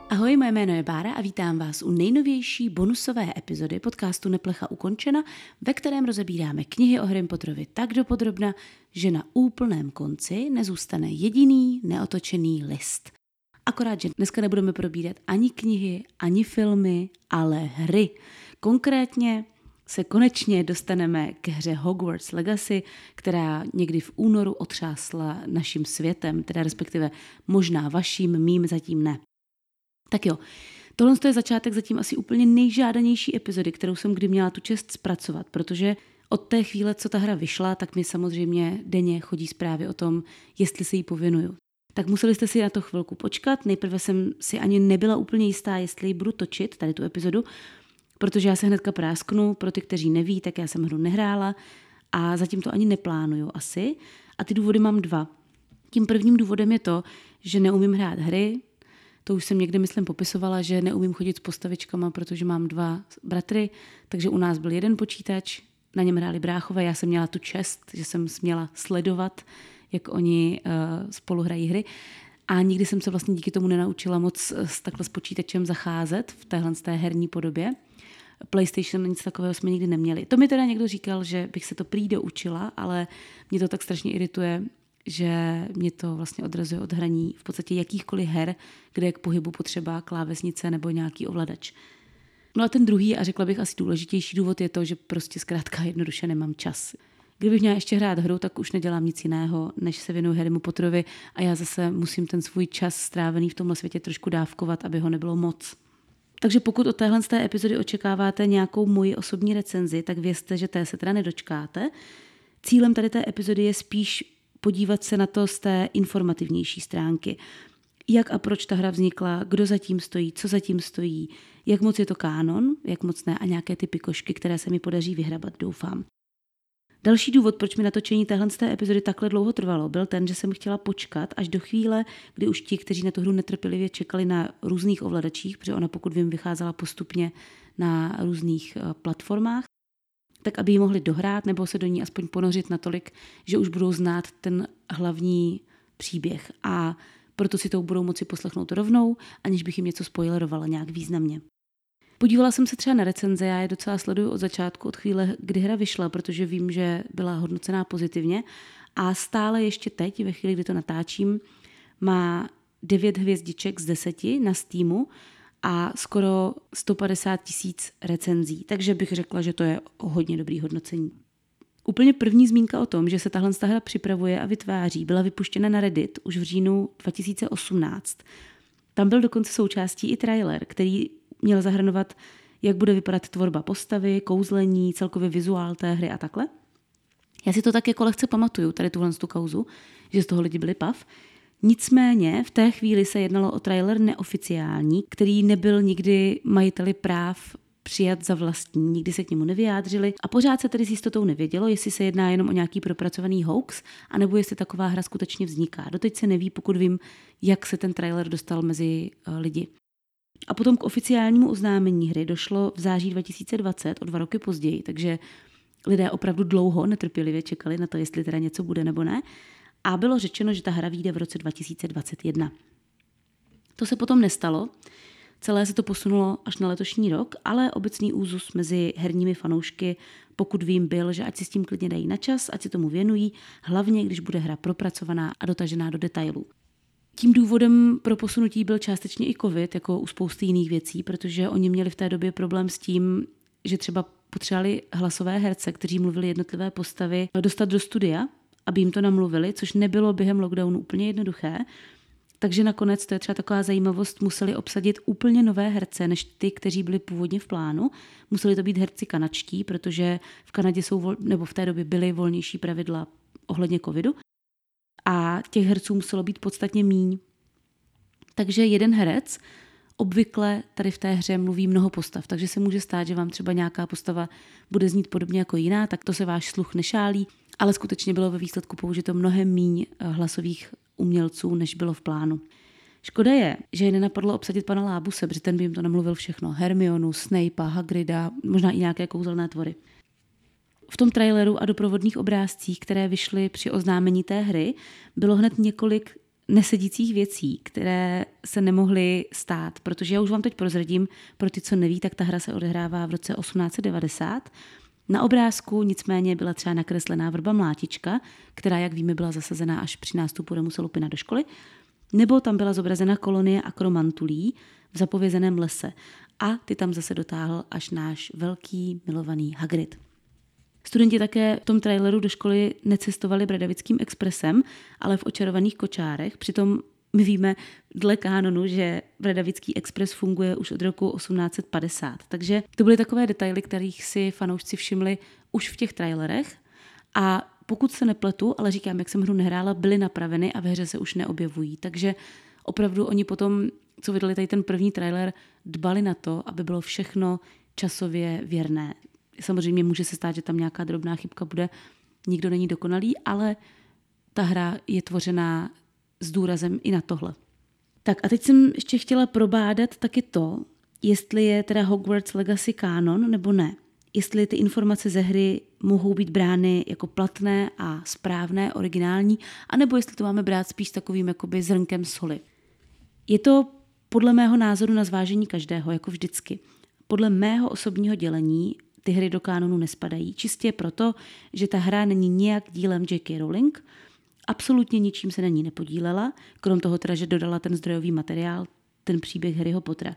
Ahoj, moje jméno je Bára a vítám vás u nejnovější bonusové epizody podcastu Neplecha ukončena, ve kterém rozebíráme knihy o Harrym Potterovi tak dopodrobna, že na úplném konci nezůstane jediný neotočený list. Akorát, že dneska nebudeme probírat ani knihy, ani filmy, ale hry. Konkrétně se konečně dostaneme k hře Hogwarts Legacy, která někdy v únoru otřásla naším světem, teda respektive možná vaším, mým zatím ne. Tak jo, tohle je začátek zatím asi úplně nejžádanější epizody, kterou jsem kdy měla tu čest zpracovat, protože od té chvíle, co ta hra vyšla, tak mi samozřejmě denně chodí zprávy o tom, jestli se jí pověnuju. Tak museli jste si na to chvilku počkat, nejprve jsem si ani nebyla úplně jistá, jestli ji budu točit, tady tu epizodu, protože já se hnedka prásknu, pro ty, kteří neví, tak já jsem hru nehrála a zatím to ani neplánuju asi. A ty důvody mám dva. Tím prvním důvodem je to, že neumím hrát hry. To už jsem někde, myslím, popisovala, že neumím chodit s postavičkama, protože mám 2 bratry, takže u nás byl jeden počítač, na něm hráli bráchové, já jsem měla tu čest, že jsem směla sledovat, jak oni spolu hrají hry. A nikdy jsem se vlastně díky tomu nenaučila moc takhle s počítačem zacházet v téhle herní podobě. PlayStation nic takového jsme nikdy neměli. To mi teda někdo říkal, že bych se to prý doučila, ale mě to tak strašně irituje, že mě to vlastně odrazuje od hraní v podstatě jakýchkoliv her, kde je k pohybu potřeba klávesnice nebo nějaký ovladač. No a ten druhý a řekla bych asi důležitější důvod je to, že prostě zkrátka jednoduše nemám čas. Kdybych měla ještě hrát hru, tak už nedělám nic jiného, než se věnuju Harrymu Potterovi a já zase musím ten svůj čas strávený v tomhle světě trošku dávkovat, aby ho nebylo moc. Takže pokud od téhle epizody očekáváte nějakou moji osobní recenzi, tak vězte, že té se teda nedočkáte. Cílem tady té epizody je spíš podívat se na to z té informativnější stránky. Jak a proč ta hra vznikla, kdo zatím stojí, co zatím stojí, jak moc je to kánon, jak moc ne a nějaké ty pikošky, které se mi podaří vyhrabat, doufám. Další důvod, proč mi natočení téhle epizody takhle dlouho trvalo, byl ten, že jsem chtěla počkat až do chvíle, kdy už ti, kteří na tu hru netrpělivě čekali na různých ovladačích, protože ona, pokud vím, vycházela postupně na různých platformách, tak aby ji mohli dohrát nebo se do ní aspoň ponořit natolik, že už budou znát ten hlavní příběh a proto si to budou moci poslechnout rovnou, aniž bych jim něco spoilerovala nějak významně. Podívala jsem se třeba na recenze, já je docela sleduju od začátku, od chvíle, kdy hra vyšla, protože vím, že byla hodnocená pozitivně a stále ještě teď, ve chvíli, kdy to natáčím, má 9 hvězdiček z 10 na Steamu a skoro 150 000 recenzí, takže bych řekla, že to je hodně dobrý hodnocení. Úplně první zmínka o tom, že se tahle hra připravuje a vytváří, byla vypuštěna na Reddit už v říjnu 2018. Tam byl dokonce součástí i trailer, který měl zahrnovat, jak bude vypadat tvorba postavy, kouzlení, celkově vizuál té hry a takhle. Já si to tak jako lehce pamatuju, tady tuhle kauzu, že z toho lidi byli pav. Nicméně v té chvíli se jednalo o trailer neoficiální, který nebyl nikdy majiteli práv přijat za vlastní, nikdy se k němu nevyjádřili a pořád se tedy s jistotou nevědělo, jestli se jedná jenom o nějaký propracovaný hoax, anebo jestli taková hra skutečně vzniká. Doteď se neví, pokud vím, jak se ten trailer dostal mezi lidi. A potom k oficiálnímu oznámení hry došlo v září 2020, o 2 roky později, takže lidé opravdu dlouho netrpělivě čekali na to, jestli teda něco bude nebo ne. A bylo řečeno, že ta hra vyjde v roce 2021. To se potom nestalo, celé se to posunulo až na letošní rok, ale obecný úzus mezi herními fanoušky, pokud vím, byl, že ať si s tím klidně dají na čas, ať si tomu věnují, hlavně když bude hra propracovaná a dotažená do detailů. Tím důvodem pro posunutí byl částečně i covid, jako u spousty jiných věcí, protože oni měli v té době problém s tím, že třeba potřebovali hlasové herce, kteří mluvili jednotlivé postavy, dostat do studia, aby jim to namluvili, což nebylo během lockdownu úplně jednoduché. Takže nakonec, to je třeba taková zajímavost, museli obsadit úplně nové herce, než ty, kteří byli původně v plánu. Museli to být herci kanadští, protože v Kanadě nebo v té době byly volnější pravidla ohledně covidu. A těch herců muselo být podstatně míň. Takže jeden herec obvykle tady v té hře mluví mnoho postav, takže se může stát, že vám třeba nějaká postava bude znít podobně jako jiná, tak to se váš sluch nešálí, ale skutečně bylo ve výsledku použito mnohem míň hlasových umělců, než bylo v plánu. Škoda je, že je nenapadlo obsadit pana Lábuse, protože ten by jim to namluvil všechno. Hermionu, Snape'a, Hagrida, možná i nějaké kouzelné tvory. V tom traileru a doprovodných obrázcích, které vyšly při oznámení té hry, bylo hned několik nesedících věcí, které se nemohly stát, protože já už vám teď prozradím, pro ty, co neví, tak ta hra se odehrává v roce 1890. Na obrázku nicméně byla třeba nakreslená vrba mlátička, která, jak víme, byla zasazená až při nástupu Remusa Lupina do školy, nebo tam byla zobrazena kolonie akromantulí v zapovězeném lese a ty tam zase dotáhl až náš velký milovaný Hagrid. Studenti také v tom traileru do školy necestovali Bradavickým expresem, ale v očarovaných kočárech. Přitom my víme dle kánonu, že Bradavický expres funguje už od roku 1850. Takže to byly takové detaily, kterých si fanoušci všimli už v těch trailerech. A pokud se nepletu, ale říkám, jak jsem hru nehrála, byly napraveny a ve hře se už neobjevují. Takže opravdu oni potom, co vydali tady ten první trailer, dbali na to, aby bylo všechno časově věrné. Samozřejmě může se stát, že tam nějaká drobná chybka bude, nikdo není dokonalý, ale ta hra je tvořená s důrazem i na tohle. Tak a teď jsem ještě chtěla probádat taky to, jestli je teda Hogwarts Legacy kánon nebo ne. Jestli ty informace ze hry mohou být brány jako platné a správné, originální, anebo jestli to máme brát spíš takovým jakoby zrnkem soli. Je to podle mého názoru na zvážení každého, jako vždycky. Podle mého osobního dělení ty hry do kánonu nespadají. Čistě proto, že ta hra není nijak dílem J.K. Rowling, absolutně ničím se na ní nepodílela, krom toho teda, že dodala ten zdrojový materiál, ten příběh Harryho Pottera.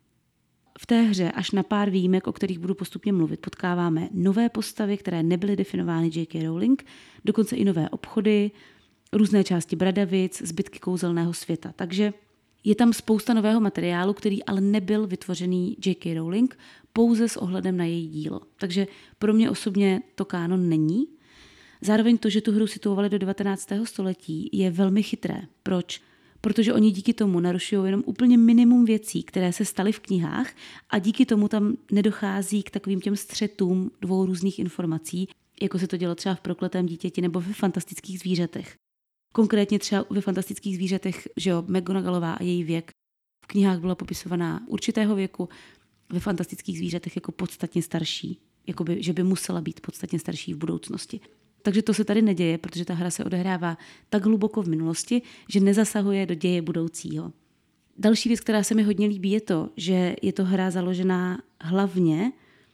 V té hře až na pár výjimek, o kterých budu postupně mluvit, potkáváme nové postavy, které nebyly definovány J.K. Rowling, dokonce i nové obchody, různé části Bradavic, zbytky kouzelného světa. Takže je tam spousta nového materiálu, který ale nebyl vytvořený J.K. Rowling, pouze s ohledem na její dílo. Takže pro mě osobně to kánon není. Zároveň to, že tu hru situovali do 19. století, je velmi chytré. Proč? Protože oni díky tomu narušují jenom úplně minimum věcí, které se staly v knihách a díky tomu tam nedochází k takovým těm střetům dvou různých informací, jako se to dělo třeba v Prokletém dítěti nebo ve Fantastických zvířatech. Konkrétně třeba ve Fantastických zvířatech, že jo, McGonagallová a její věk v knihách byla popisovaná určitého věku, ve Fantastických zvířatech jako podstatně starší, jakoby, že by musela být podstatně starší v budoucnosti. Takže to se tady neděje, protože ta hra se odehrává tak hluboko v minulosti, že nezasahuje do děje budoucího. Další věc, která se mi hodně líbí, je to, že je to hra založená hlavně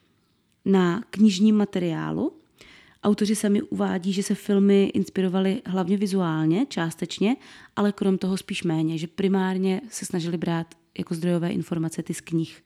na knižním materiálu. Autoři sami uvádí, že se filmy inspirovaly hlavně vizuálně, částečně, ale krom toho spíš méně, že primárně se snažili brát jako zdrojové informace ty z knih.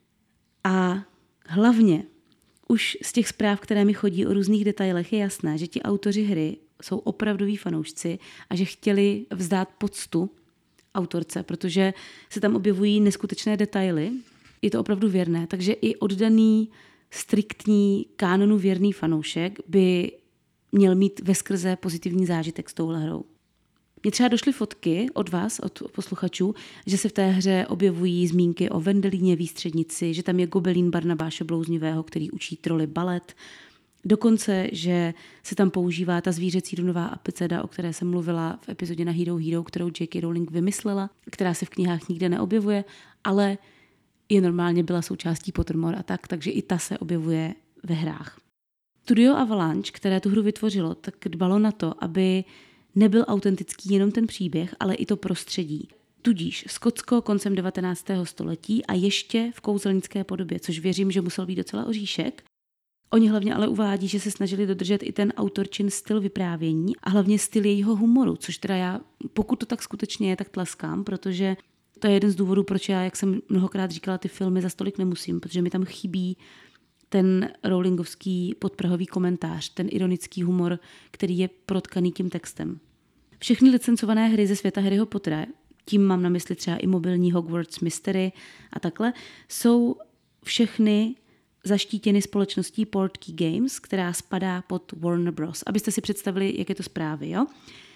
A hlavně už z těch zpráv, které mi chodí o různých detailech, je jasné, že ti autoři hry jsou opravdoví fanoušci a že chtěli vzdát poctu autorce, protože se tam objevují neskutečné detaily. Je to opravdu věrné, takže i oddaný, striktní, kánonu věrný fanoušek by měl mít veskrze pozitivní zážitek s touhle hrou. Mně třeba došly fotky od vás, od posluchačů, že se v té hře objevují zmínky o Vendelíně výstřednici, že tam je gobelín Barnabáše Blouznivého, který učí troly balet. Dokonce, že se tam používá ta zvířecí runová abeceda, o které jsem mluvila v epizodě na Hero Hero, kterou J.K. Rowling vymyslela, která se v knihách nikde neobjevuje, ale je normálně byla součástí Pottermore a tak, takže i ta se objevuje ve hrách. Studio Avalanche, které tu hru vytvořilo, tak dbalo na to, aby nebyl autentický jenom ten příběh, ale i to prostředí. Tudíž Skotsko koncem 19. století a ještě v kouzelnické podobě, což věřím, že musel být docela oříšek. Oni hlavně ale uvádí, že se snažili dodržet i ten autorčin styl vyprávění a hlavně styl jejího humoru, což teda já, pokud to tak skutečně je, tak tleskám, protože to je jeden z důvodů, proč já, jak jsem mnohokrát říkala, ty filmy za stolik nemusím, protože mi tam chybí ten rowlingovský podprahový komentář, ten ironický humor, který je protkaný tím textem. Všechny licencované hry ze světa Harryho Pottera, tím mám na mysli třeba i mobilní Hogwarts Mystery a takhle, jsou všechny zaštítěny společností Portkey Games, která spadá pod Warner Bros. Abyste si představili, jak je to správy, jo?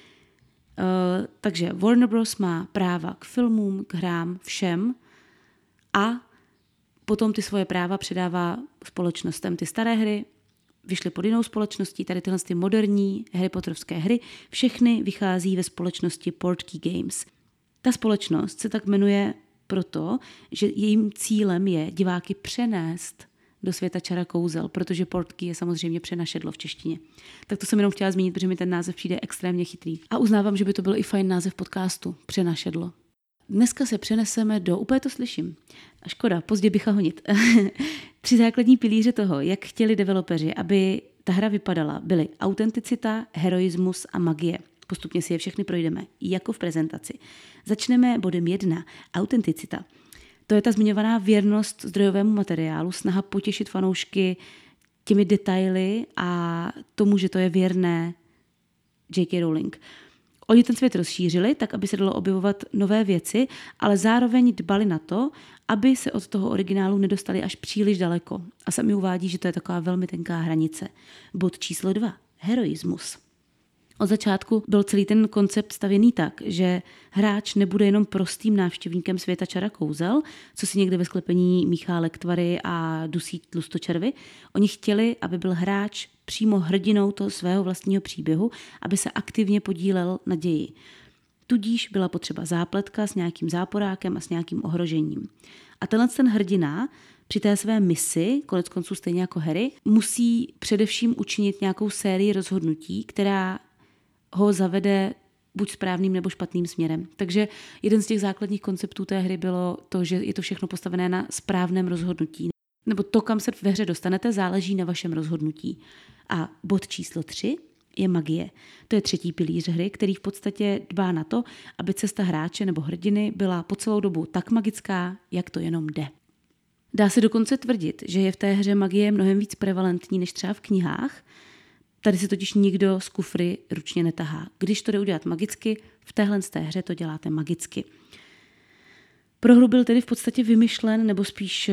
Takže Warner Bros. Má práva k filmům, k hrám, všem a potom ty svoje práva předává společnostem. Ty staré hry vyšly pod jinou společností, tady tyhle ty moderní Harry Potterovské hry, všechny vychází ve společnosti Portkey Games. Ta společnost se tak jmenuje proto, že jejím cílem je diváky přenést do světa čara kouzel, protože portkey je samozřejmě přenašedlo v češtině. Tak to jsem jenom chtěla zmínit, protože mi ten název přijde extrémně chytrý. A uznávám, že by to byl i fajn název podcastu, Přenašedlo. Dneska se přeneseme úplně to slyším. A škoda, pozdě bycha honit. 3 základní pilíře toho, jak chtěli developeři, aby ta hra vypadala, byly autenticita, heroismus a magie. Postupně si je všechny projdeme, jako v prezentaci. Začneme bodem 1, autenticita. To je ta zmiňovaná věrnost zdrojovému materiálu, snaha potěšit fanoušky těmi detaily a tomu, že to je věrné J.K. Rowling. Oni ten svět rozšířili, tak aby se dalo objevovat nové věci, ale zároveň dbali na to, aby se od toho originálu nedostali až příliš daleko. A sami uvádí, že to je taková velmi tenká hranice. Bod číslo 2. Heroismus. Od začátku byl celý ten koncept stavěný tak, že hráč nebude jenom prostým návštěvníkem světa čara kouzel, co si někde ve sklepení míchá lektvary a dusí tlustočervy. Oni chtěli, aby byl hráč přímo hrdinou toho svého vlastního příběhu, aby se aktivně podílel na ději. Tudíž byla potřeba zápletka s nějakým záporákem a s nějakým ohrožením. A ten hrdina při té své misi, konec konců stejně jako Harry, musí především učinit nějakou sérii rozhodnutí, která ho zavede buď správným nebo špatným směrem. Takže jeden z těch základních konceptů té hry bylo to, že je to všechno postavené na správném rozhodnutí. Nebo to, kam se ve hře dostanete, záleží na vašem rozhodnutí. A bod číslo 3 je magie. To je 3. pilíř hry, který v podstatě dbá na to, aby cesta hráče nebo hrdiny byla po celou dobu tak magická, jak to jenom jde. Dá se dokonce tvrdit, že je v té hře magie mnohem víc prevalentní než třeba v knihách. Tady se totiž nikdo z kufry ručně netahá. Když to jde udělat magicky, v téhle hře to děláte magicky. Pro hru byl tedy v podstatě vymyšlen, nebo spíš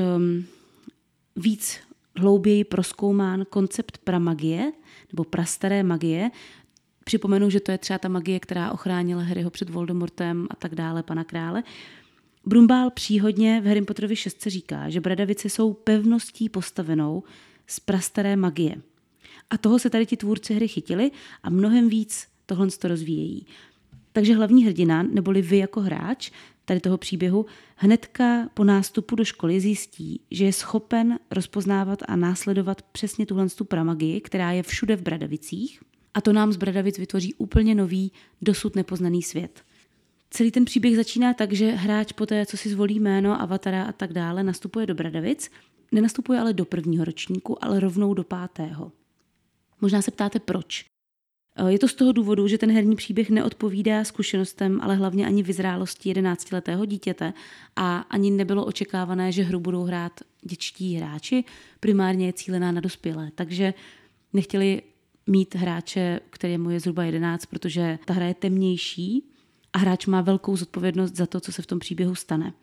víc hlouběji prozkoumán koncept pramagie, nebo prastaré magie. Připomenu, že to je třeba ta magie, která ochránila Harryho před Voldemortem a tak dále, pana krále. Brumbál příhodně v Harry Potterovi 6 říká, že bradavice jsou pevností postavenou z prastaré magie. A toho se tady ti tvůrci hry chytili a mnohem víc tohle to rozvíjejí. Takže hlavní hrdina, neboli vy jako hráč tady toho příběhu, hnedka po nástupu do školy zjistí, že je schopen rozpoznávat a následovat přesně tuhle pramagii, která je všude v Bradavicích. A to nám z Bradavic vytvoří úplně nový, dosud nepoznaný svět. Celý ten příběh začíná tak, že hráč poté, co si zvolí jméno, avatara a tak dále, nastupuje do Bradavic. Nenastupuje ale do 1. ročníku, ale rovnou do 5. Možná se ptáte, proč. Je to z toho důvodu, že ten herní příběh neodpovídá zkušenostem, ale hlavně ani vyzrálosti 11letého dítěte a ani nebylo očekávané, že hru budou hrát dětští hráči, primárně je cílená na dospělé. Takže nechtěli mít hráče, kterému je zhruba 11, protože ta hra je temnější a hráč má velkou zodpovědnost za to, co se v tom příběhu stane.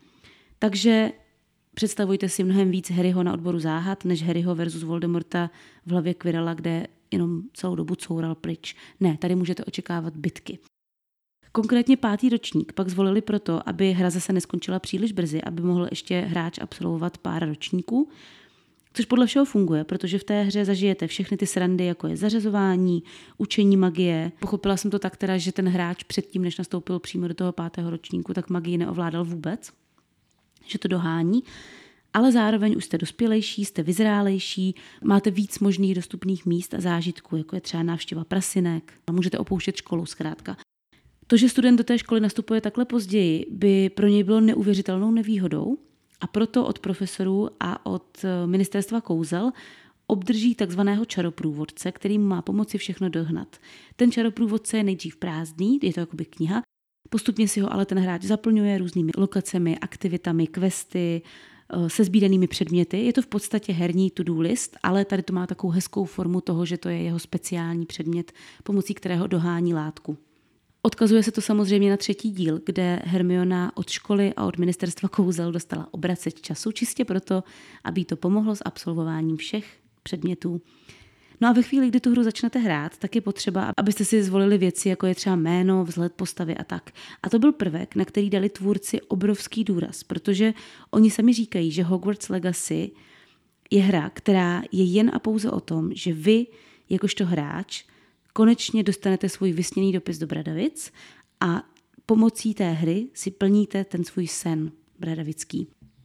Takže představujte si mnohem víc Harryho na odboru záhad, než Harryho versus Voldemorta v hlavě Quirrella, kde jenom celou dobu coural pryč. Ne, tady můžete očekávat bitky. Konkrétně 5. ročník pak zvolili proto, aby hra zase neskončila příliš brzy, aby mohl ještě hráč absolvovat pár ročníků, což podle všeho funguje, protože v té hře zažijete všechny ty srandy, jako je zařazování, učení magie. Pochopila jsem to tak teda, že ten hráč předtím, než nastoupil přímo do toho 5. ročníku, tak magii neovládal vůbec, že to dohání. Ale zároveň už jste dospělejší, jste vyzrálejší, máte víc možných dostupných míst a zážitků, jako je třeba návštěva prasinek, a můžete opouštět školu zkrátka. To, že student do té školy nastupuje takhle později, by pro něj bylo neuvěřitelnou nevýhodou a proto od profesorů a od ministerstva kouzel obdrží takzvaného čaroprůvodce, který mu má pomoci všechno dohnat. Ten čaroprůvodce je nejdřív prázdný, je to jakoby kniha, postupně si ho ale ten hráč zaplňuje různými lokacemi, aktivitami, questy, se sbíranými předměty. Je to v podstatě herní to-do list, ale tady to má takovou hezkou formu toho, že to je jeho speciální předmět, pomocí kterého dohání látku. Odkazuje se to samozřejmě na 3. díl, kde Hermiona od školy a od ministerstva kouzel dostala obraceč času, čistě proto, aby jí to pomohlo s absolvováním všech předmětů. No a ve chvíli, kdy tu hru začnete hrát, tak je potřeba, abyste si zvolili věci, jako je třeba jméno, vzhled postavy a tak. A to byl prvek, na který dali tvůrci obrovský důraz, protože oni sami říkají, že Hogwarts Legacy je hra, která je jen a pouze o tom, že vy, jakožto hráč, konečně dostanete svůj vysněný dopis do Bradavic a pomocí té hry si plníte ten svůj sen bradavický.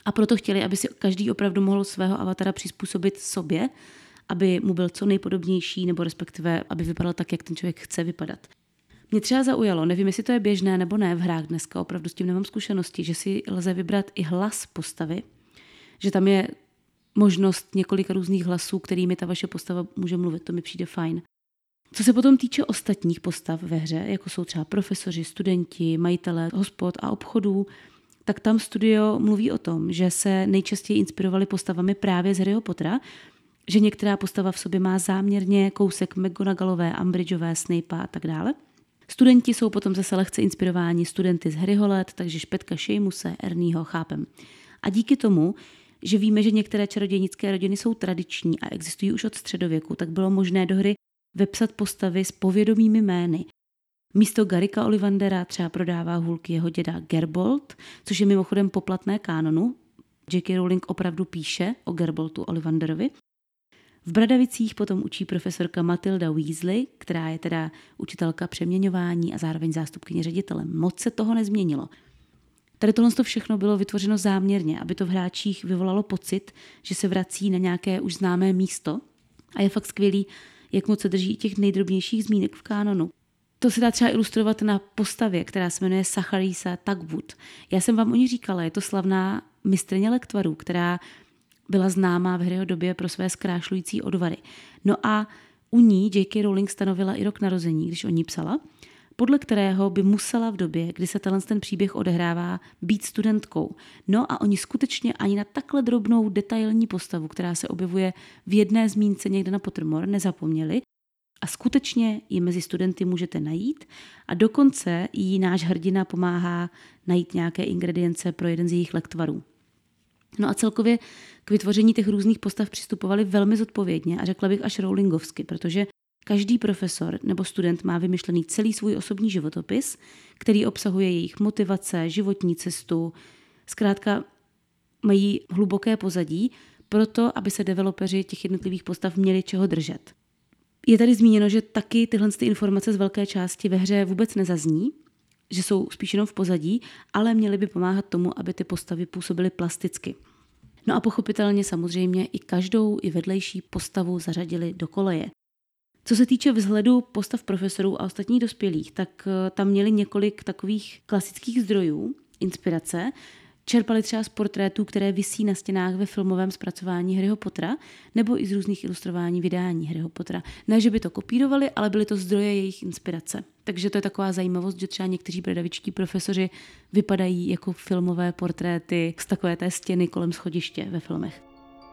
A proto chtěli, aby si každý opravdu mohl svého avatara přizpůsobit sobě, aby mu byl co nejpodobnější, nebo respektive, aby vypadal tak, jak ten člověk chce vypadat. Mě třeba zaujalo, nevím, jestli to je běžné nebo ne v hrách dneska, opravdu s tím nemám zkušenosti, že si lze vybrat i hlas postavy, že tam je možnost několika různých hlasů, kterými ta vaše postava může mluvit, to mi přijde fajn. Co se potom týče ostatních postav ve hře, jako jsou třeba profesoři, studenti, majitelé hospod a obchodů, tak tam studio mluví o tom, že se nejčastěji inspirovali postavami právě z Harryho Pottera, že některá postava v sobě má záměrně kousek McGonagallové, Umbridgeové, Snapea a tak dále. Studenti jsou potom zase lehce inspirováni studenty z Harryho let, takže Špetka, Seamuse, Ernieho chápem. A díky tomu, že víme, že některé čarodějnické rodiny jsou tradiční a existují už od středověku, tak bylo možné do hry vepsat postavy s povědomými jmény. Místo Garricka Ollivandera třeba prodává hůlky jeho děda Gerbold, což je mimochodem poplatné kánonu. J.K. Rowling opravdu píše o Gerboltu Ollivanderovi. V Bradavicích potom učí profesorka Matilda Weasley, která je teda učitelka přeměňování a zároveň zástupkyně ředitele. Moc se toho nezměnilo. Tady tohle všechno bylo vytvořeno záměrně, aby to v hráčích vyvolalo pocit, že se vrací na nějaké už známé místo. A je fakt skvělý, jak moc se drží těch nejdrobnějších zmínek v kánonu. To se dá třeba ilustrovat na postavě, která se jmenuje Sacharisa Tugwood. Já jsem vám o ní říkala, je to slavná mistryně lektvarů, která byla známá v Harryho době pro své zkrášlující odvary. No a u ní J.K. Rowling stanovila i rok narození, když o ní psala, podle kterého by musela v době, kdy se ten příběh odehrává, být studentkou. No a oni skutečně ani na takhle drobnou detailní postavu, která se objevuje v jedné zmínce někde na Pottermore, nezapomněli. A skutečně ji mezi studenty můžete najít a dokonce jí náš hrdina pomáhá najít nějaké ingredience pro jeden z jejich lektvarů. No a celkově k vytvoření těch různých postav přistupovali velmi zodpovědně a řekla bych až rowlingovsky, protože každý profesor nebo student má vymyšlený celý svůj osobní životopis, který obsahuje jejich motivace, životní cestu, zkrátka mají hluboké pozadí, proto aby se developeři těch jednotlivých postav měli čeho držet. Je tady zmíněno, že taky tyhle informace z velké části ve hře vůbec nezazní, že jsou spíš jenom v pozadí, ale měly by pomáhat tomu, aby ty postavy působily plasticky. No a pochopitelně samozřejmě i každou, i vedlejší postavu zařadili do koleje. Co se týče vzhledu postav profesorů a ostatních dospělých, tak tam měli několik takových klasických zdrojů, inspirace. Čerpali třeba z portrétů, které visí na stěnách ve filmovém zpracování Harryho Pottera, nebo i z různých ilustrování vydání Harryho Pottera. Ne, že by to kopírovali, ale byly to zdroje jejich inspirace. Takže to je taková zajímavost, že třeba někteří bradavičtí profesoři vypadají jako filmové portréty z takové té stěny kolem schodiště ve filmech.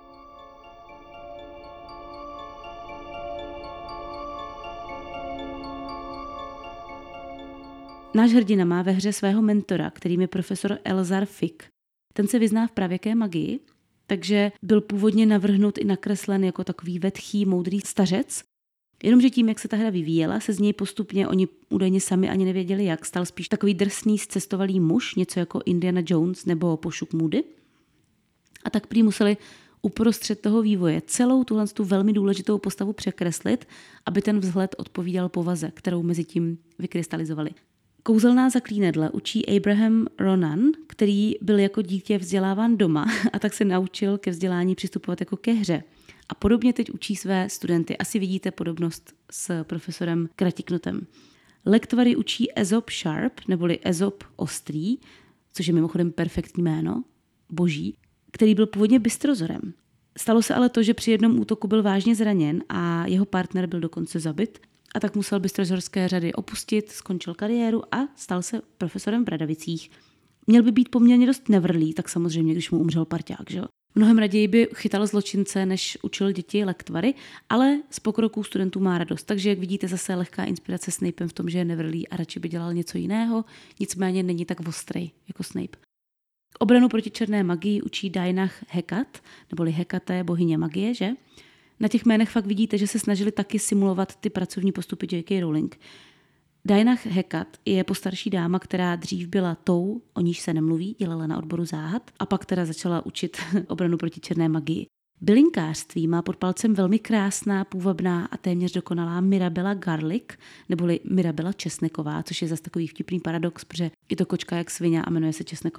Náš hrdina má ve hře svého mentora, kterým je profesor Elzar Fick. Ten se vyzná v pravěké magii, takže byl původně navrhnut i nakreslen jako takový vetchý, moudrý stařec. Jenomže tím, jak se ta hra vyvíjela, se z něj postupně, oni údajně sami ani nevěděli jak, stal spíš takový drsný, zcestovalý muž, něco jako Indiana Jones nebo Pošuk Moody. A tak prý museli uprostřed toho vývoje celou tu velmi důležitou postavu překreslit, aby ten vzhled odpovídal povaze, kterou mezi tím vykrystalizovali. Kouzelná zaklínedla učí Abraham Ronan, který byl jako dítě vzděláván doma a tak se naučil ke vzdělání přistupovat jako ke hře. A podobně teď učí své studenty. Asi vidíte podobnost s profesorem Kratiknotem. Lektvary učí Aesop Sharp, neboli Aesop Ostrý, což je mimochodem perfektní jméno, boží, který byl původně bystrozorem. Stalo se ale to, že při jednom útoku byl vážně zraněn a jeho partner byl dokonce zabit. A tak musel bystrozorské řady opustit, skončil kariéru a stal se profesorem v Bradavicích. Měl by být poměrně dost nevrlý, tak samozřejmě, když mu umřel parťák, že jo? Mnohem raději by chytal zločince, než učil děti lektvary, ale z pokroků studentů má radost. Takže, jak vidíte, zase lehká inspirace Snapem v tom, že je nevrlý a radši by dělal něco jiného, nicméně není tak ostrej jako Snape. Obranu proti černé magii učí Dainach Hecat, neboli Hekate, bohyně magie, že? Na těch jménech fakt vidíte, že se snažili taky simulovat ty pracovní postupy J.K. Rowling. Dainach Hecat je postarší dáma, která dřív byla tou, o níž se nemluví, dělala na odboru záhad a pak teda začala učit obranu proti černé magii. Bylinkářství má pod palcem velmi krásná, půvabná a téměř dokonalá Mirabella Garlic, neboli Mirabella Česneková, což je zase takový vtipný paradox, protože je to kočka jak svině a jmenuje se Česneková.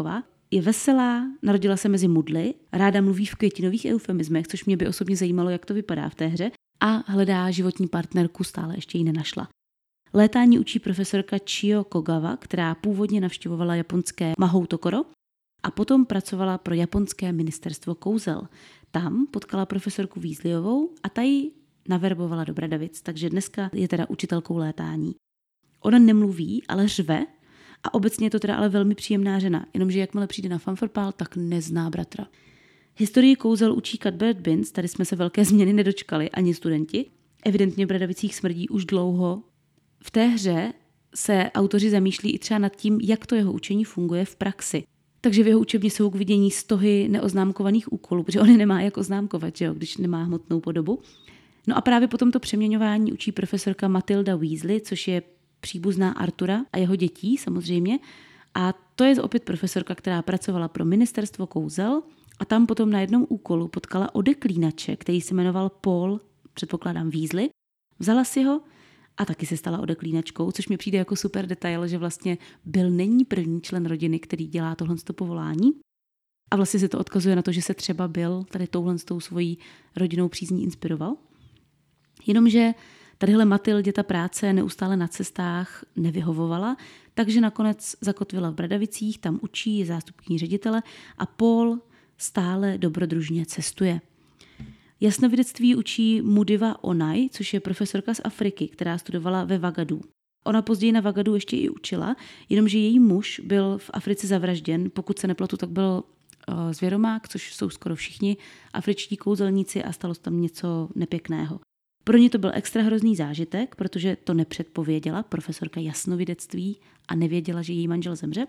Je veselá, narodila se mezi mudly, ráda mluví v květinových eufemismech, což mě by osobně zajímalo, jak to vypadá v té hře, a hledá životní partnerku, stále ještě ji nenašla. Létání učí profesorka Chio Kogawa, která původně navštěvovala japonské Mahou Tokoro a potom pracovala pro japonské ministerstvo kouzel. Tam potkala profesorku Weasleyovou a ta ji naverbovala do Bradavic, takže dneska je teda učitelkou létání. Ona nemluví, ale řve a obecně je to teda ale velmi příjemná žena, jenomže jakmile přijde na fanfarpál, tak nezná bratra. Historii kouzel učí Cuthbert Binns, tady jsme se velké změny nedočkali, ani studenti. Evidentně v Bradavicích smrdí už dlouho. V té hře se autoři zamýšlí i třeba nad tím, jak to jeho učení funguje v praxi. Takže v jeho učebně jsou k vidění stohy neoznámkovaných úkolů, protože on je nemá jak oznámkovat, že jo, když nemá hmotnou podobu. No a právě po tomto přeměňování učí profesorka Matilda Weasley, což je příbuzná Artura a jeho dětí samozřejmě. A to je opět profesorka, která pracovala pro ministerstvo kouzel a tam potom na jednom úkolu potkala odeklínače, který se jmenoval Paul, předpokládám Weasley. Vzala si ho a taky se stala odeklínačkou, což mi přijde jako super detail, že vlastně není první člen rodiny, který dělá tohle povolání. A vlastně se to odkazuje na to, že se třeba byl tady touhle svojí rodinou přízní inspiroval. Jenomže tadyhle Matildě ta práce neustále na cestách nevyhovovala, takže nakonec zakotvila v Bradavicích, tam učí, je zástupkyní ředitele a Paul stále dobrodružně cestuje. Jasnovidectví učí Mudiva Onai, což je profesorka z Afriky, která studovala ve Vagadu. Ona později na Vagadu ještě i učila, jenomže její muž byl v Africe zavražděn, pokud se nepletu, tak byl zvěromák, což jsou skoro všichni afričtí kouzelníci a stalo se tam něco nepěkného. Pro ně to byl extra hrozný zážitek, protože to nepředpověděla profesorka jasnovidectví a nevěděla, že její manžel zemře.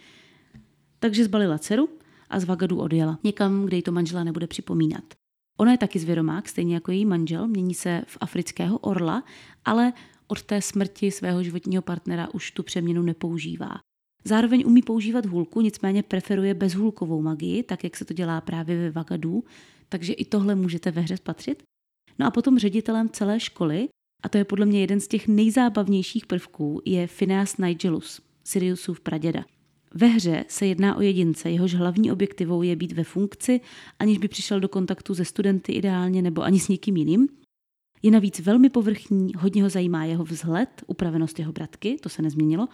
Takže zbalila dceru a z Vagadu odjela někam, kde jí to manžela nebude připomínat. Ona je taky zvěromák, stejně jako její manžel, mění se v afrického orla, ale od té smrti svého životního partnera už tu přeměnu nepoužívá. Zároveň umí používat hůlku, nicméně preferuje bezhůlkovou magii, tak jak se to dělá právě ve Vagadu, takže i tohle můžete ve hře spatřit. No a potom ředitelem celé školy, a to je podle mě jeden z těch nejzábavnějších prvků, je Phineas Nigelus, Siriusův praděda. Ve hře se jedná o jedince, jehož hlavní objektivou je být ve funkci, aniž by přišel do kontaktu se studenty ideálně nebo ani s někým jiným. Je navíc velmi povrchní, hodně ho zajímá jeho vzhled, upravenost jeho bratky, to se nezměnilo,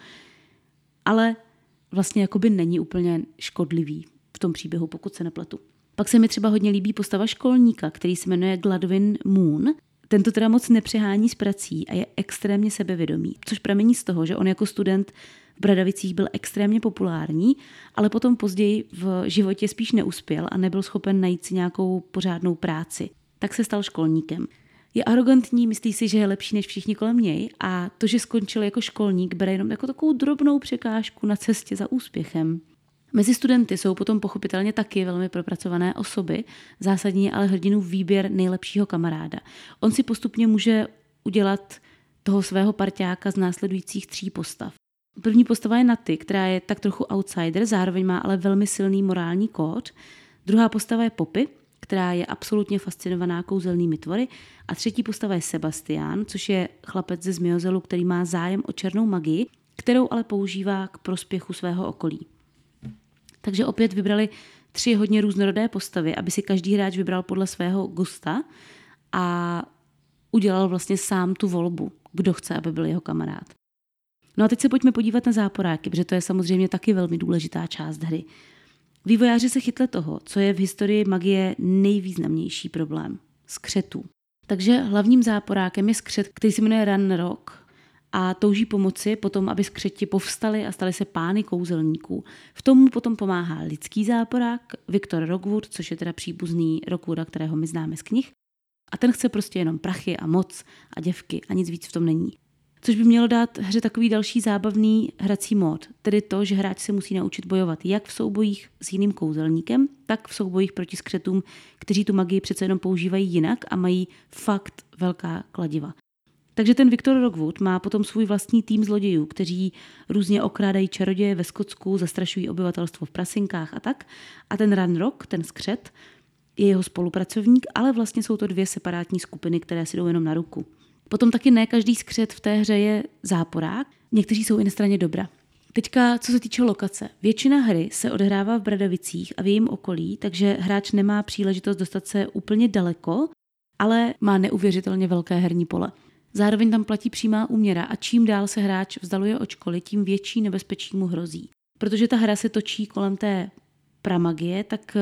ale vlastně jakoby není úplně škodlivý v tom příběhu, pokud se nepletu. Pak se mi třeba hodně líbí postava školníka, který se jmenuje Gladwin Moon. Tento teda moc nepřehání s prací a je extrémně sebevědomý, což pramení z toho, že on jako student v Bradavicích byl extrémně populární, ale potom později v životě spíš neuspěl a nebyl schopen najít si nějakou pořádnou práci. Tak se stal školníkem. Je arrogantní, myslí si, že je lepší než všichni kolem něj a to, že skončil jako školník, bere jenom jako takovou drobnou překážku na cestě za úspěchem. Mezi studenty jsou potom pochopitelně taky velmi propracované osoby, zásadní je ale hrdinův výběr nejlepšího kamaráda. On si postupně může udělat toho svého parťáka z následujících 3 postav. První postava je Natty, která je tak trochu outsider, zároveň má ale velmi silný morální kód. Druhá postava je Poppy, která je absolutně fascinovaná kouzelnými tvory. A třetí postava je Sebastian, což je chlapec ze Zmiozelu, který má zájem o černou magii, kterou ale používá k prospěchu svého okolí. Takže opět vybrali 3 hodně různorodé postavy, aby si každý hráč vybral podle svého gusta a udělal vlastně sám tu volbu, kdo chce, aby byl jeho kamarád. No a teď se pojďme podívat na záporáky, protože to je samozřejmě taky velmi důležitá část hry. Vývojáři se chytli toho, co je v historii magie nejvýznamnější problém – skřetů. Takže hlavním záporákem je skřet, který se jmenuje Ranrock a touží pomoci potom, aby skřeti povstali a stali se pány kouzelníků. V tom mu potom pomáhá lidský záporák, Viktor Rockwood, což je teda příbuzný Rockwooda, kterého my známe z knih. A ten chce prostě jenom prachy a moc a děvky a nic víc v tom není. Což by mělo dát hře takový další zábavný hrací mód, tedy to, že hráč se musí naučit bojovat jak v soubojích s jiným kouzelníkem, tak v soubojích proti skřetům, kteří tu magii přece jenom používají jinak a mají fakt velká kladiva. Takže ten Viktor Rockwood má potom svůj vlastní tým zlodějů, kteří různě okrádají čaroděje ve Skotsku, zastrašují obyvatelstvo v prasinkách a tak. A ten Ranrock, ten skřet, je jeho spolupracovník, ale vlastně jsou to 2 separátní skupiny, které si jdou jenom na ruku. Potom taky ne každý skřet v té hře je záporák, někteří jsou i na straně dobra. Teďka, co se týče lokace. Většina hry se odehrává v Bradavicích a v jejím okolí, takže hráč nemá příležitost dostat se úplně daleko, ale má neuvěřitelně velké herní pole. Zároveň tam platí přímá úměra a čím dál se hráč vzdaluje od školy, tím větší nebezpečí mu hrozí. Protože ta hra se točí kolem té pramagie, tak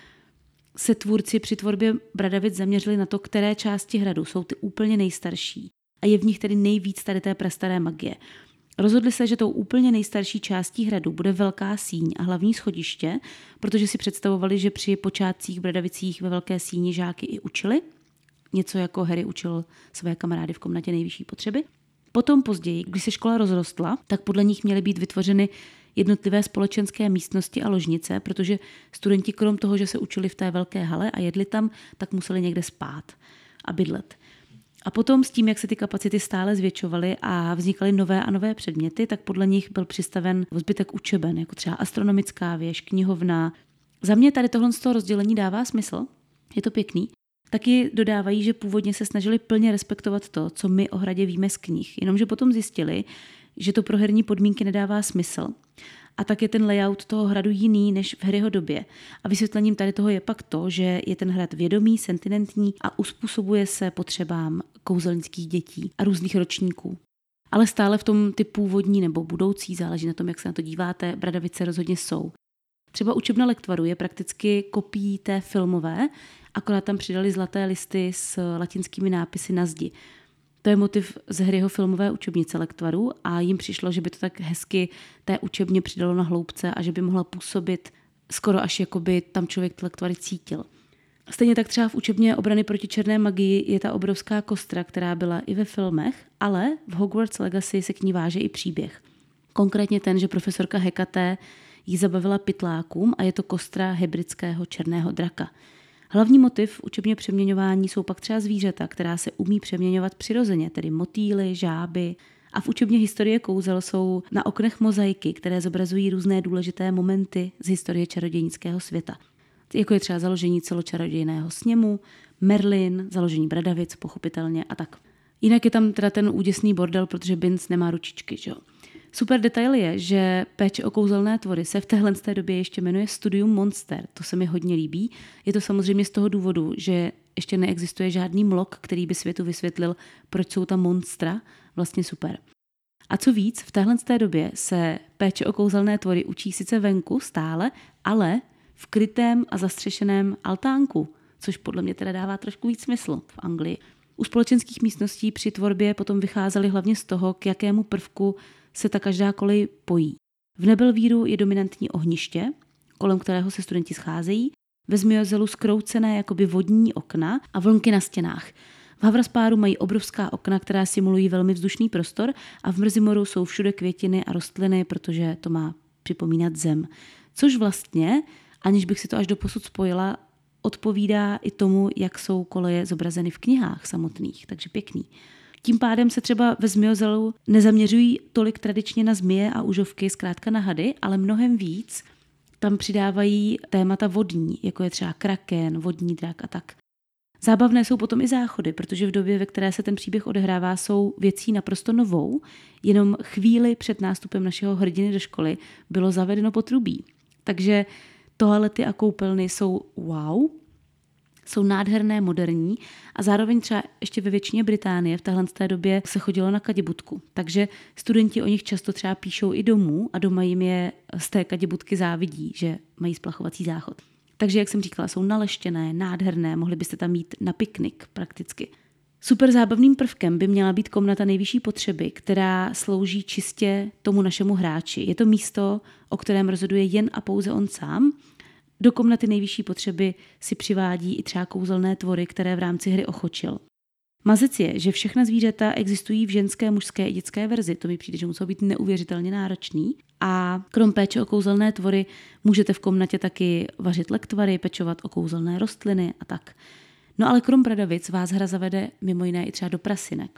se tvůrci při tvorbě Bradavic zaměřili na to, které části hradu jsou ty úplně nejstarší a je v nich tedy nejvíc tady té prastaré magie. Rozhodli se, že tou úplně nejstarší částí hradu bude velká síň a hlavní schodiště, protože si představovali, že při počátcích v Bradavicích ve velké síni žáky i učili. Něco jako Harry učil své kamarády v komnatě nejvyšší potřeby. Potom později, když se škola rozrostla, tak podle nich měly být vytvořeny jednotlivé společenské místnosti a ložnice, protože studenti krom toho, že se učili v té velké hale a jedli tam, tak museli někde spát a bydlet. A potom s tím, jak se ty kapacity stále zvětšovaly a vznikaly nové a nové předměty, tak podle nich byl přistaven zbytek učeben, jako třeba astronomická věž, knihovna. Za mě tady tohle z toho rozdělení dává smysl, je to pěkný. Taky dodávají, že původně se snažili plně respektovat to, co my o hradě víme z knih, jenomže potom zjistili, že to pro herní podmínky nedává smysl. A tak je ten layout toho hradu jiný než v Harryho době. A vysvětlením tady toho je pak to, že je ten hrad vědomý, sentimentní a uspůsobuje se potřebám kouzelnických dětí a různých ročníků. Ale stále v tom ty původní nebo budoucí, záleží na tom, jak se na to díváte, Bradavice rozhodně jsou. Třeba učebna Lektvaru je prakticky kopií té filmové, akorát tam přidali zlaté listy s latinskými nápisy na zdi. To je motiv z Harryho filmové učebnice Lektvaru a jim přišlo, že by to tak hezky té učebně přidalo na hloubce a že by mohla působit skoro až jako by tam člověk ty lektvary cítil. Stejně tak třeba v učebně obrany proti černé magii je ta obrovská kostra, která byla i ve filmech, ale v Hogwarts Legacy se k ní váže i příběh. Konkrétně ten, že profesorka Hecate jí zabavila pytlákům a je to kostra hebridského černého draka. Hlavní motiv učebně přeměňování jsou pak třeba zvířata, která se umí přeměňovat přirozeně, tedy motýly, žáby. A v učebně historie kouzel jsou na oknech mozaiky, které zobrazují různé důležité momenty z historie čarodějnického světa. Jako je třeba založení celočarodějného sněmu, Merlin, založení Bradavic, pochopitelně a tak. Jinak je tam teda ten úděsný bordel, protože Binz nemá ručičky, že jo. Super detail je, že péče o kouzelné tvory se v téhle době ještě jmenuje Studium Monster. To se mi hodně líbí. Je to samozřejmě z toho důvodu, že ještě neexistuje žádný mlok, který by světu vysvětlil, proč jsou tam monstra. Vlastně super. A co víc, v téhle době se péče o kouzelné tvory učí sice venku stále, ale v krytém a zastřešeném altánku, což podle mě teda dává trošku víc smysl v Anglii. U společenských místností při tvorbě potom vycházeli hlavně z toho, k jakému prvku se ta každá kolej pojí. V Nebelvíru je dominantní ohniště, kolem kterého se studenti scházejí, ve Zmijozelu zkroucené jakoby vodní okna a vlnky na stěnách. V Havraspáru mají obrovská okna, která simulují velmi vzdušný prostor a v Mrzimoru jsou všude květiny a rostliny, protože to má připomínat zem. Což vlastně, aniž bych si to až doposud spojila, odpovídá i tomu, jak jsou koleje zobrazeny v knihách samotných, takže pěkný. Tím pádem se třeba ve Zmijozelu nezaměřují tolik tradičně na zmije a užovky, zkrátka na hady, ale mnohem víc tam přidávají témata vodní, jako je třeba kraken, vodní drak a tak. Zábavné jsou potom i záchody, protože v době, ve které se ten příběh odehrává, jsou věcí naprosto novou. Jenom chvíli před nástupem našeho hrdiny do školy bylo zavedeno potrubí. Takže toalety a koupelny jsou wow, jsou nádherné, moderní a zároveň třeba ještě ve většině Británie v téhle době se chodilo na kadibudku. Takže studenti o nich často třeba píšou i domů a doma jim je z té kadibudky závidí, že mají splachovací záchod. Takže, jak jsem říkala, jsou naleštěné, nádherné, mohli byste tam mít na piknik prakticky. Super zábavným prvkem by měla být komnata nejvyšší potřeby, která slouží čistě tomu našemu hráči. Je to místo, o kterém rozhoduje jen a pouze on sám. Do komnaty nejvyšší potřeby si přivádí i třeba kouzelné tvory, které v rámci hry ochočil. Mazec je, že všechna zvířata existují v ženské, mužské i dětské verzi. To mi přijde, že muselo být neuvěřitelně náročný. A krom péče o kouzelné tvory můžete v komnatě taky vařit lektvary, pečovat o kouzelné rostliny a tak. No ale krom Bradavic vás hra zavede mimo jiné i třeba do Prasinek.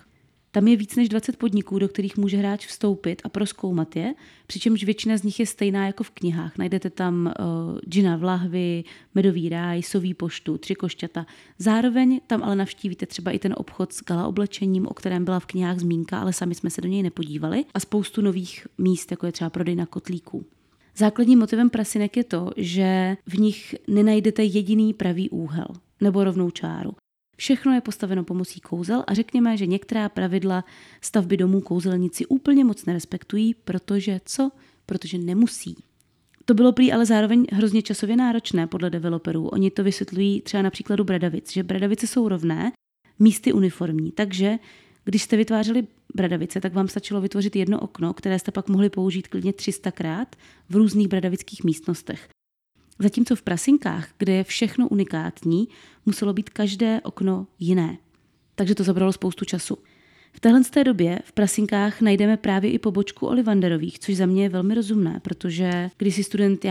Tam je víc než 20 podniků, do kterých může hráč vstoupit a prozkoumat je, přičemž většina z nich je stejná jako v knihách. Najdete tam džina v lahvi, medový ráj, soví poštu, 3 košťata. Zároveň tam ale navštívíte třeba i ten obchod s gala oblečením, o kterém byla v knihách zmínka, ale sami jsme se do něj nepodívali, a spoustu nových míst, jako je třeba prodejna kotlíků. Základním motivem prasinek je to, že v nich nenajdete jediný pravý úhel nebo rovnou čáru. Všechno je postaveno pomocí kouzel a řekněme, že některá pravidla stavby domů kouzelníci úplně moc nerespektují, protože co? Protože nemusí. To bylo prý ale zároveň hrozně časově náročné podle developerů. Oni to vysvětlují třeba na příkladu Bradavic, že Bradavice jsou rovné, místy uniformní, takže když jste vytvářeli Bradavice, tak vám stačilo vytvořit jedno okno, které jste pak mohli použít klidně 300krát v různých bradavických místnostech. Zatímco v Prasinkách, kde je všechno unikátní, muselo být každé okno jiné. Takže to zabralo spoustu času. V téhle době v Prasinkách najdeme právě i pobočku Ollivanderových, což za mě je velmi rozumné, protože když si student,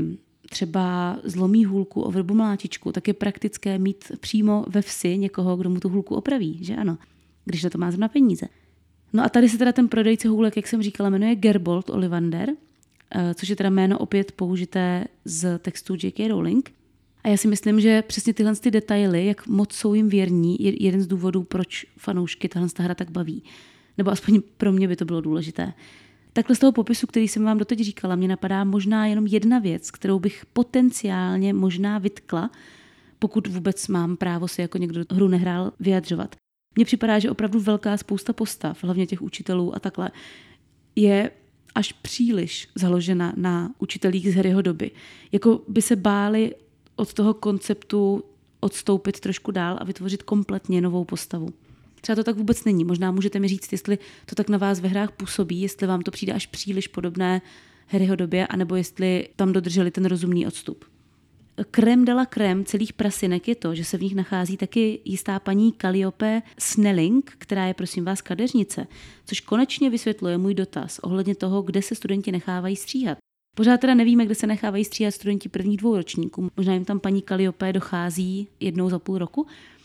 třeba zlomí hůlku o vrbu mlátičku, tak je praktické mít přímo ve vsi někoho, kdo mu tu hůlku opraví, že ano, když na to má zrovna peníze. No a tady se teda ten prodejce hůlek, jak jsem říkala, jmenuje Gerbold Ollivander, což je teda jméno opět použité z textu J.K. Rowling. A já si myslím, že přesně tyhle detaily, jak moc jsou jim věrní, je jeden z důvodů, proč fanoušky tahle hra tak baví. Nebo aspoň pro mě by to bylo důležité. Takhle z toho popisu, který jsem vám doteď říkala, mě napadá možná jenom jedna věc, kterou bych potenciálně možná vytkla, pokud vůbec mám právo si jako někdo hru nehrál vyjadřovat. Mně připadá, že opravdu velká spousta postav, hlavně těch učitelů a takhle, je až příliš založena na učitelích z Harryho doby. Jako by se báli od toho konceptu odstoupit trošku dál a vytvořit kompletně novou postavu. Třeba to tak vůbec není. Možná můžete mi říct, jestli to tak na vás ve hrách působí, jestli vám to přijde až příliš podobné Harryho době, anebo jestli tam dodrželi ten rozumný odstup. Crème de la crème celých Prasinek je to, že se v nich nachází taky jistá paní Calliope Snelling, která je prosím vás kadeřnice, což konečně vysvětluje můj dotaz ohledně toho, kde se studenti nechávají stříhat. Pořád teda nevíme, kde se nechávají stříhat studenti prvních 2 ročníků. Možná jim tam paní Calliope dochází 1 za půl roku.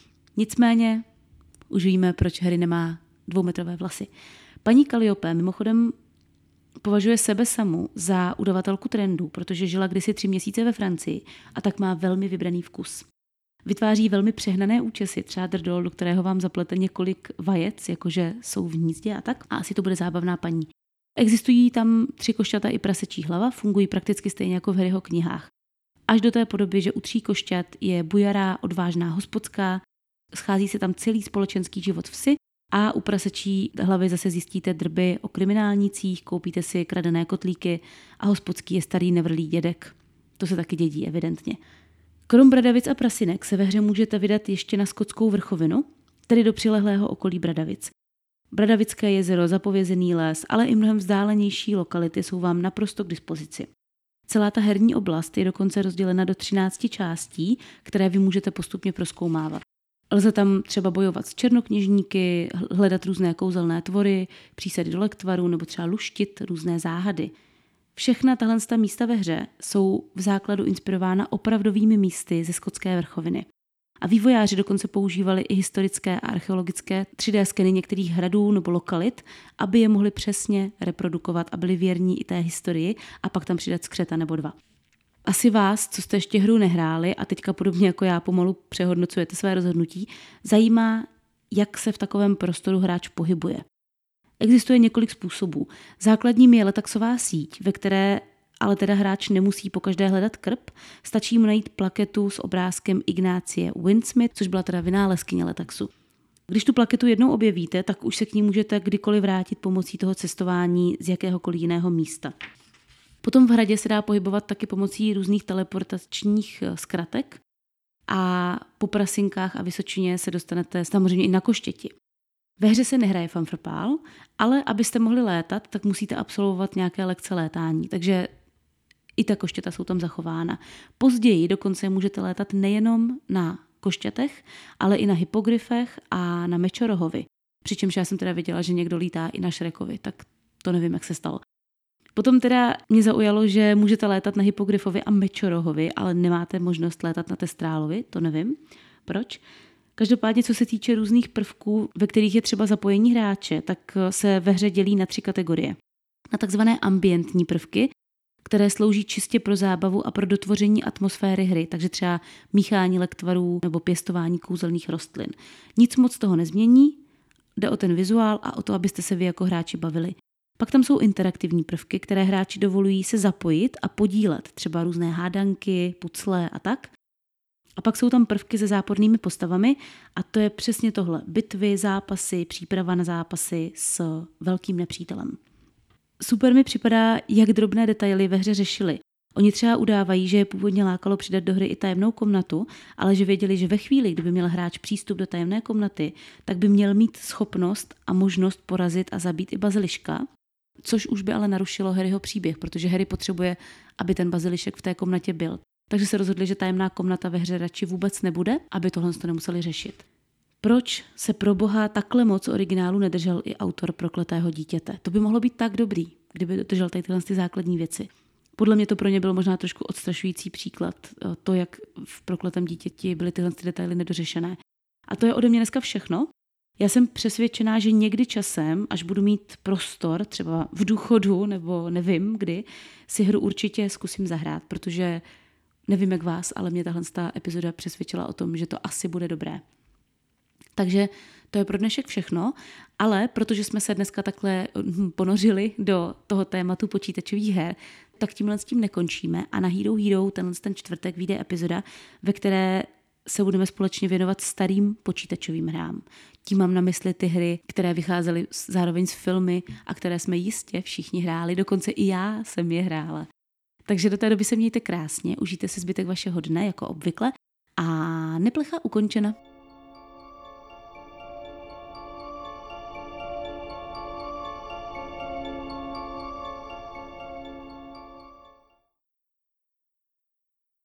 Nicméně už víme, proč Harry nemá 2metrové vlasy. Paní Calliope mimochodem považuje sebe samu za udavatelku trendů, protože žila kdysi 3 měsíce ve Francii a tak má velmi vybraný vkus. Vytváří velmi přehnané účesy, třeba drdol, do kterého vám zaplete několik vajec, jakože jsou v hnízdě a tak. A asi to bude zábavná paní. Existují tam 3 košťata i prasečí hlava, fungují prakticky stejně jako v Harryho knihách. Až do té podoby, že u 3 košťat je bujará, odvážná hospodská, schází se tam celý společenský život vsi a u prasečí hlavy zase zjistíte drby o kriminálnících, koupíte si kradené kotlíky a hospodský je starý nevrlý dědek. To se taky dědí evidentně. Krom Bradavic a Prasinek se ve hře můžete vydat ještě na Skotskou vrchovinu, tedy do přilehlého okolí Bradavic. Bradavické jezero, zapovězený les, ale i mnohem vzdálenější lokality jsou vám naprosto k dispozici. Celá ta herní oblast je dokonce rozdělena do 13 částí, které vy můžete postupně prozkoumávat. Lze tam třeba bojovat s černokněžníky, hledat různé kouzelné tvory, přísady do lektvaru nebo třeba luštit různé záhady. Všechna tahle místa ve hře jsou v základu inspirována opravdovými místy ze Skotské vrchoviny. A vývojáři dokonce používali i historické a archeologické 3D skeny některých hradů nebo lokalit, aby je mohli přesně reprodukovat a byli věrní i té historii a pak tam přidat skřeta nebo 2. Asi vás, co jste ještě hru nehráli a teďka podobně jako já pomalu přehodnocujete své rozhodnutí, zajímá, jak se v takovém prostoru hráč pohybuje. Existuje několik způsobů. Základním je letaxová síť, ve které ale teda hráč nemusí pokaždé hledat krb, stačí mu najít plaketu s obrázkem Ignácie Windsmith, což byla teda vynálezkyně letaxu. Když tu plaketu jednou objevíte, tak už se k ní můžete kdykoliv vrátit pomocí toho cestování z jakéhokoliv jiného místa. Potom v hradě se dá pohybovat taky pomocí různých teleportačních zkratek a po Prasinkách a Vysočině se dostanete samozřejmě i na Koštěti. Ve hře se nehraje fanfrpál, ale abyste mohli létat, tak musíte absolvovat nějaké lekce létání, takže i ta koštěta jsou tam zachována. Později dokonce můžete létat nejenom na koštětech, ale i na hypogryfech a na mečorohovi. Přičemž já jsem teda viděla, že někdo lítá i na Šrekovi, tak to nevím, jak se stalo. Potom teda mě zaujalo, že můžete létat na hypogryfovi a mečorohovi, ale nemáte možnost létat na testrálovi, to nevím. Proč? Každopádně, co se týče různých prvků, ve kterých je třeba zapojení hráče, tak se ve hře dělí na 3 kategorie. Na takzvané ambientní prvky, které slouží čistě pro zábavu a pro dotvoření atmosféry hry, takže třeba míchání lektvarů nebo pěstování kouzelných rostlin. Nic moc toho nezmění, jde o ten vizuál a o to, abyste se vy jako hráči bavili. Pak tam jsou interaktivní prvky, které hráči dovolují se zapojit a podílet, třeba různé hádanky, pucle a tak. A pak jsou tam prvky se zápornými postavami a to je přesně tohle. Bitvy, zápasy, příprava na zápasy s velkým nepřítelem. Super mi připadá, jak drobné detaily ve hře řešili. Oni třeba udávají, že je původně lákalo přidat do hry i tajemnou komnatu, ale že věděli, že ve chvíli, kdyby měl hráč přístup do tajemné komnaty, tak by měl mít schopnost a možnost porazit a zabít i baziliška, což už by ale narušilo Harryho příběh, protože Harry potřebuje, aby ten bazilišek v té komnatě byl. Takže se rozhodli, že tajemná komnata ve hře radši vůbec nebude, aby tohle to nemuseli řešit. Proč se pro boha takhle moc originálu nedržel i autor Prokletého dítěte? To by mohlo být tak dobrý, kdyby dodržel tady tyhle základní věci. Podle mě to pro ně byl možná trošku odstrašující příklad, to, jak v Prokletém dítěti byly tyhle detaily nedořešené. A to je ode mě dneska všechno. Já jsem přesvědčená, že někdy časem, až budu mít prostor, třeba v důchodu nebo nevím kdy, si hru určitě zkusím zahrát, protože nevím jak vás, ale mě tahle epizoda přesvědčila o tom, že to asi bude dobré. Takže to je pro dnešek všechno, ale protože jsme se dneska takhle ponořili do toho tématu počítačových her, tak tímhle s tím nekončíme a na Hero ten čtvrtek vyjde epizoda, ve které se budeme společně věnovat starým počítačovým hrám. Tím mám na mysli ty hry, které vycházely zároveň z filmy a které jsme jistě všichni hráli, dokonce i já jsem je hrála. Takže do té doby se mějte krásně, užijte si zbytek vašeho dne jako obvykle a Neplecha ukončena.